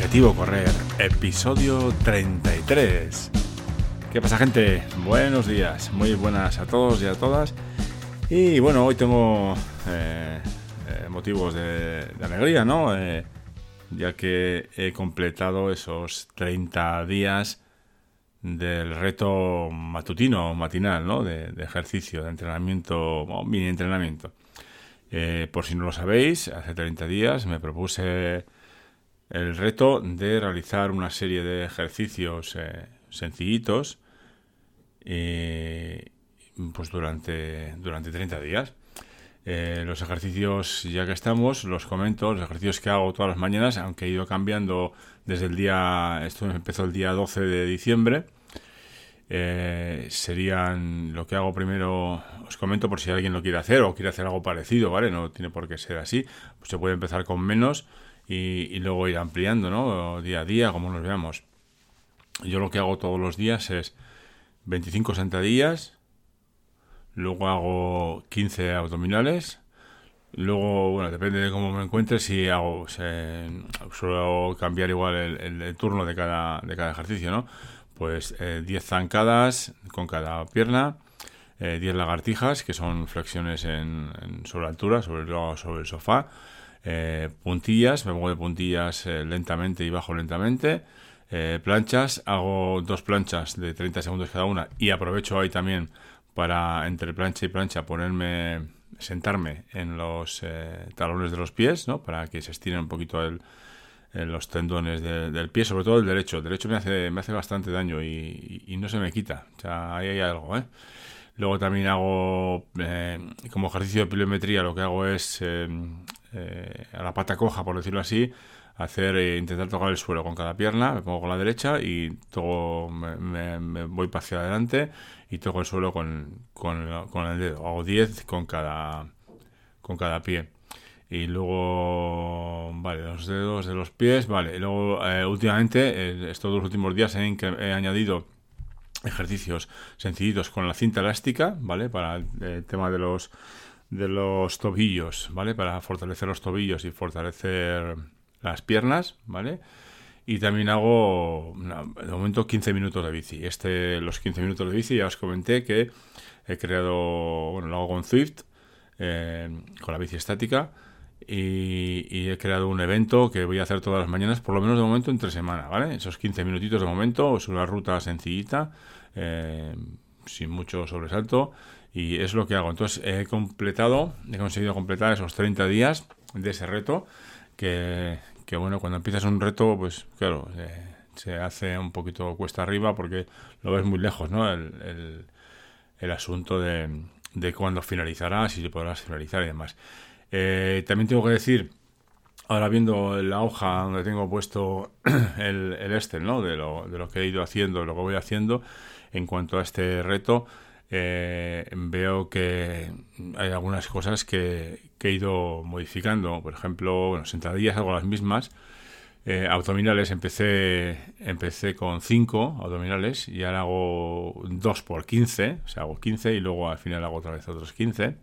Objetivo Correr, episodio 33. ¿Qué pasa, gente? Buenos días, muy buenas a todos y a todas. Y bueno, hoy tengo motivos de alegría, ¿no? Ya que he completado esos 30 días del reto matutino o matinal, ¿no? De ejercicio, de entrenamiento, o mini entrenamiento. Por si no lo sabéis, hace 30 días me propuse el reto de realizar una serie de ejercicios sencillitos pues durante 30 días. Los ejercicios, ya que estamos, los comento, los ejercicios que hago todas las mañanas, aunque he ido cambiando desde el día, esto empezó el día 12 de diciembre, serían lo que hago primero, os comento por si alguien lo quiere hacer o quiere hacer algo parecido, ¿vale? No tiene por qué ser así, pues se puede empezar con menos y luego ir ampliando, ¿no? Día a día, como nos veamos. Yo lo que hago todos los días es 25 sentadillas, luego hago 15 abdominales, luego, bueno, depende de cómo me encuentre, si hago, suelo cambiar igual el turno de cada ejercicio, ¿no? Pues 10 zancadas con cada pierna, 10 lagartijas, que son flexiones sobre la altura, sobre el sofá, puntillas, me pongo de puntillas lentamente y bajo lentamente, planchas, hago 2 planchas de 30 segundos cada una y aprovecho ahí también para entre plancha y plancha sentarme en los talones de los pies, ¿no? Para que se estiren un poquito los tendones del pie, sobre todo el derecho. El derecho me hace bastante daño y no se me quita. O sea, ahí hay algo, ¿eh? Luego también hago, como ejercicio de pliometría, lo que hago es, a la pata coja, por decirlo así, intentar tocar el suelo con cada pierna. Me pongo con la derecha y me voy hacia adelante y toco el suelo con el dedo. Hago 10 con cada pie. Y luego, vale, los dedos de los pies, vale. Y luego, últimamente, estos 2 últimos días he añadido ejercicios sencillitos con la cinta elástica, ¿vale? Para el tema de los tobillos, ¿vale? Para fortalecer los tobillos y fortalecer las piernas, ¿vale? Y también hago, de momento, 15 minutos de bici. Los 15 minutos de bici ya os comenté que he creado, bueno, lo hago con Zwift, con la bici estática, y he creado un evento que voy a hacer todas las mañanas, por lo menos de momento entre semana, ¿vale? Esos 15 minutitos de momento, es una ruta sencillita, sin mucho sobresalto, y es lo que hago. Entonces he conseguido completar esos 30 días de ese reto, que bueno, cuando empiezas un reto, pues claro, se hace un poquito cuesta arriba porque lo ves muy lejos, ¿no? El asunto de cuándo finalizarás y si podrás finalizar y demás. También tengo que decir, ahora viendo la hoja donde tengo puesto el Excel, ¿no? De lo que he ido haciendo, lo que voy haciendo en cuanto a este reto, veo que hay algunas cosas que he ido modificando. Por ejemplo, bueno, sentadillas hago las mismas. Abdominales empecé con 5 abdominales y ahora hago 2 por 15, o sea, hago 15 y luego al final hago otra vez otros 15.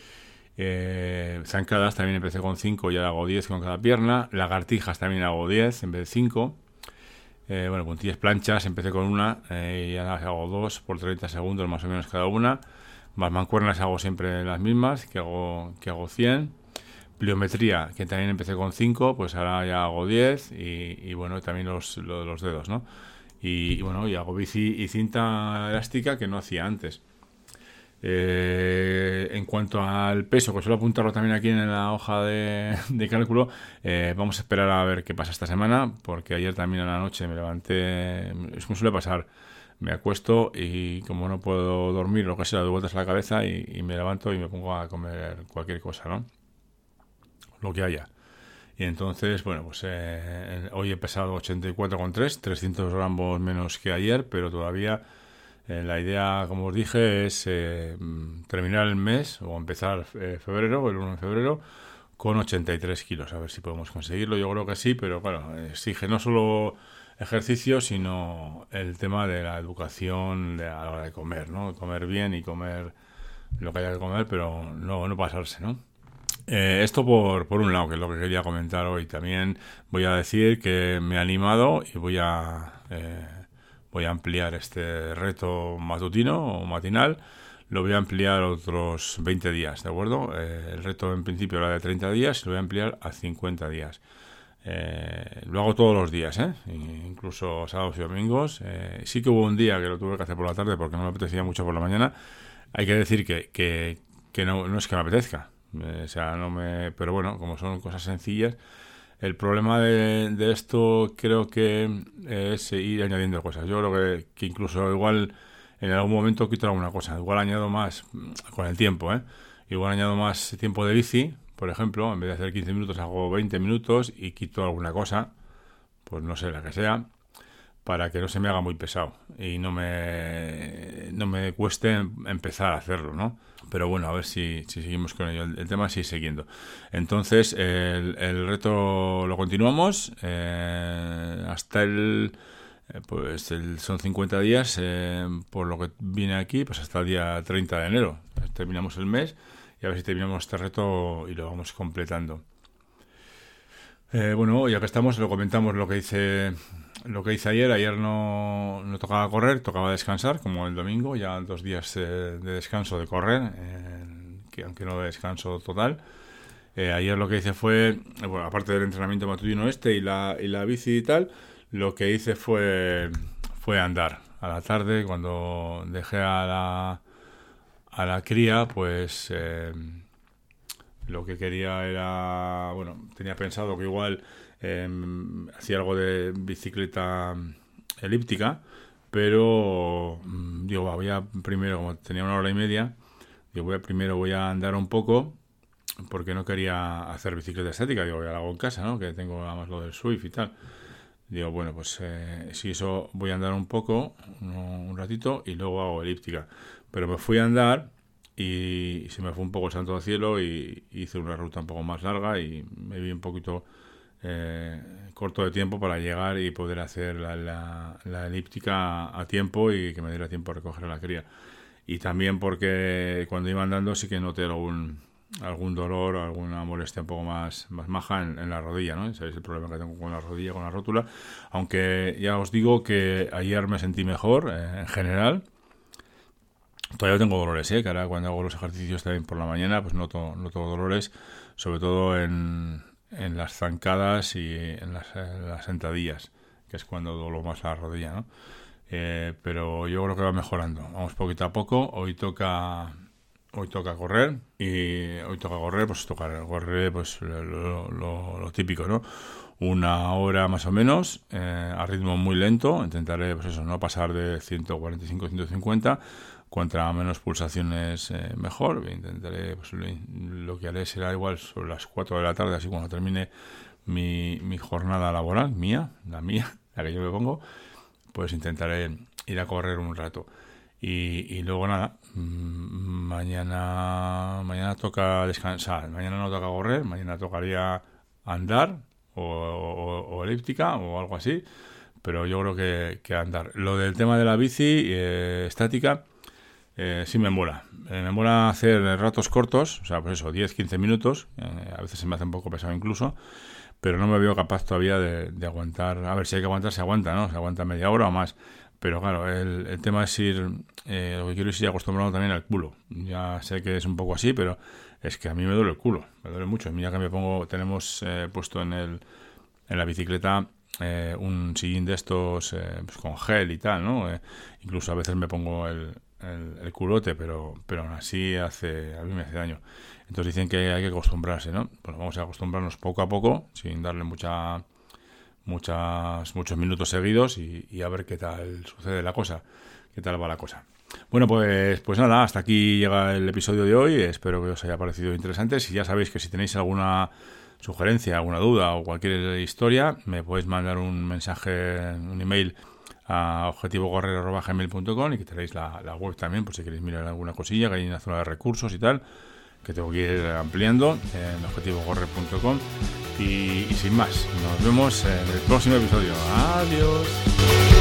Zancadas también empecé con 5 y ahora hago 10 con cada pierna. Lagartijas también hago 10 en vez de 5. Bueno, puntillas, planchas, empecé con una y ahora hago 2 por 30 segundos más o menos cada una. Más mancuernas hago siempre las mismas, que hago 100. Pliometría, que también empecé con 5, pues ahora ya hago 10 y bueno, también los dedos, ¿no? Y bueno, y hago bici y cinta elástica que no hacía antes. En cuanto al peso, que suelo apuntarlo también aquí en la hoja de cálculo, vamos a esperar a ver qué pasa esta semana, porque ayer también a la noche me levanté, es como suele pasar, me acuesto y como no puedo dormir, lo que sea, doy vueltas a la cabeza y me levanto y me pongo a comer cualquier cosa, ¿no? Lo que haya. Y entonces, bueno, pues hoy he pesado 84,3, 300 gramos menos que ayer, pero todavía la idea, como os dije, es terminar el mes o empezar febrero, el 1 de febrero, con 83 kilos. A ver si podemos conseguirlo. Yo creo que sí, pero claro, exige no solo ejercicio, sino el tema de la educación a la hora de comer, ¿no? Comer bien y comer lo que haya que comer, pero no pasarse, ¿no? Esto por un lado, que es lo que quería comentar hoy. También voy a decir que me he animado y voy a ampliar este reto matutino o matinal. Lo voy a ampliar otros 20 días, ¿de acuerdo? El reto en principio era de 30 días y lo voy a ampliar a 50 días. Lo hago todos los días, incluso sábados y domingos. Sí que hubo un día que lo tuve que hacer por la tarde porque no me apetecía mucho por la mañana. Hay que decir que no es que me apetezca. Pero bueno, como son cosas sencillas, el problema de esto creo que es ir añadiendo cosas. Yo creo que incluso igual en algún momento quito alguna cosa. Igual añado más con el tiempo, Igual añado más tiempo de bici, por ejemplo. En vez de hacer 15 minutos hago 20 minutos y quito alguna cosa, pues no sé, la que sea, para que no se me haga muy pesado y no me cueste empezar a hacerlo, ¿no? Pero bueno, a ver si seguimos con ello. El tema sigue siguiendo. Entonces, el reto lo continuamos hasta son 50 días, por lo que viene aquí, pues hasta el día 30 de enero. Terminamos el mes y a ver si terminamos este reto y lo vamos completando. Bueno, ya que estamos, lo comentamos lo que hice ayer. Ayer no tocaba correr, tocaba descansar, como el domingo, ya 2 días de descanso de correr, que aunque no de descanso total. Ayer lo que hice fue, bueno, aparte del entrenamiento matutino y la bici y tal, lo que hice fue andar. A la tarde, cuando dejé a la cría, pues lo que quería era, bueno, tenía pensado que igual hacía algo de bicicleta elíptica, pero digo, voy a primero, como tenía 1 hora y media, digo, primero voy a andar un poco, porque no quería hacer bicicleta estática. Digo, ya la hago en casa, ¿no? Que tengo además lo del Swift y tal. Digo, bueno, pues si eso voy a andar un poco, un ratito, y luego hago elíptica. Pero me fui a andar y se me fue un poco el santo al cielo y hice una ruta un poco más larga y me vi un poquito corto de tiempo para llegar y poder hacer la elíptica a tiempo y que me diera tiempo a recoger a la cría. Y también porque cuando iba andando sí que noté algún dolor o alguna molestia un poco más maja en la rodilla, ¿no? Sabéis el problema que tengo con la rodilla, con la rótula. Aunque ya os digo que ayer me sentí mejor en general. Todavía tengo dolores, que ahora cuando hago los ejercicios también por la mañana, pues noto dolores, sobre todo en las zancadas y en las sentadillas, que es cuando doblo más la rodilla, ¿no? Pero yo creo que va mejorando. Vamos poquito a poco. Hoy toca correr y pues correr pues lo típico, ¿no? 1 hora más o menos, a ritmo muy lento. Intentaré, pues eso, no pasar de 145-150. Cuanto menos pulsaciones, mejor. Intentaré, pues lo que haré será igual sobre las 4 de la tarde, así cuando termine mi jornada laboral, la que yo me pongo, pues intentaré ir a correr un rato. Y luego nada, mañana toca descansar. Mañana no toca correr, mañana tocaría andar o elíptica o algo así, pero yo creo que andar. Lo del tema de la bici estática, sí me mola. Me mola hacer ratos cortos, o sea, pues eso, 10-15 minutos. A veces se me hace un poco pesado incluso, pero no me veo capaz todavía de aguantar. A ver, si hay que aguantar, se aguanta, ¿no? Se aguanta media hora o más. Pero claro, el tema es lo que quiero es ir acostumbrado también al culo. Ya sé que es un poco así, pero es que a mí me duele el culo, me duele mucho. Mira que tenemos puesto en la bicicleta un sillín de estos pues con gel y tal, ¿no? Incluso a veces me pongo el culote, pero aún así a mí me hace daño. Entonces dicen que hay que acostumbrarse, ¿no? Pues vamos a acostumbrarnos poco a poco, sin darle muchos minutos seguidos y a ver qué tal sucede la cosa, qué tal va la cosa. Bueno, pues nada, hasta aquí llega el episodio de hoy. Espero que os haya parecido interesante. Si ya sabéis que si tenéis alguna sugerencia, alguna duda o cualquier historia, me podéis mandar un mensaje, un email a objetivocorrer@gmail.com y que tenéis la web también por si queréis mirar alguna cosilla que hay en la zona de recursos y tal, que tengo que ir ampliando en objetivocorrer.com y sin más, nos vemos en el próximo episodio. Adiós.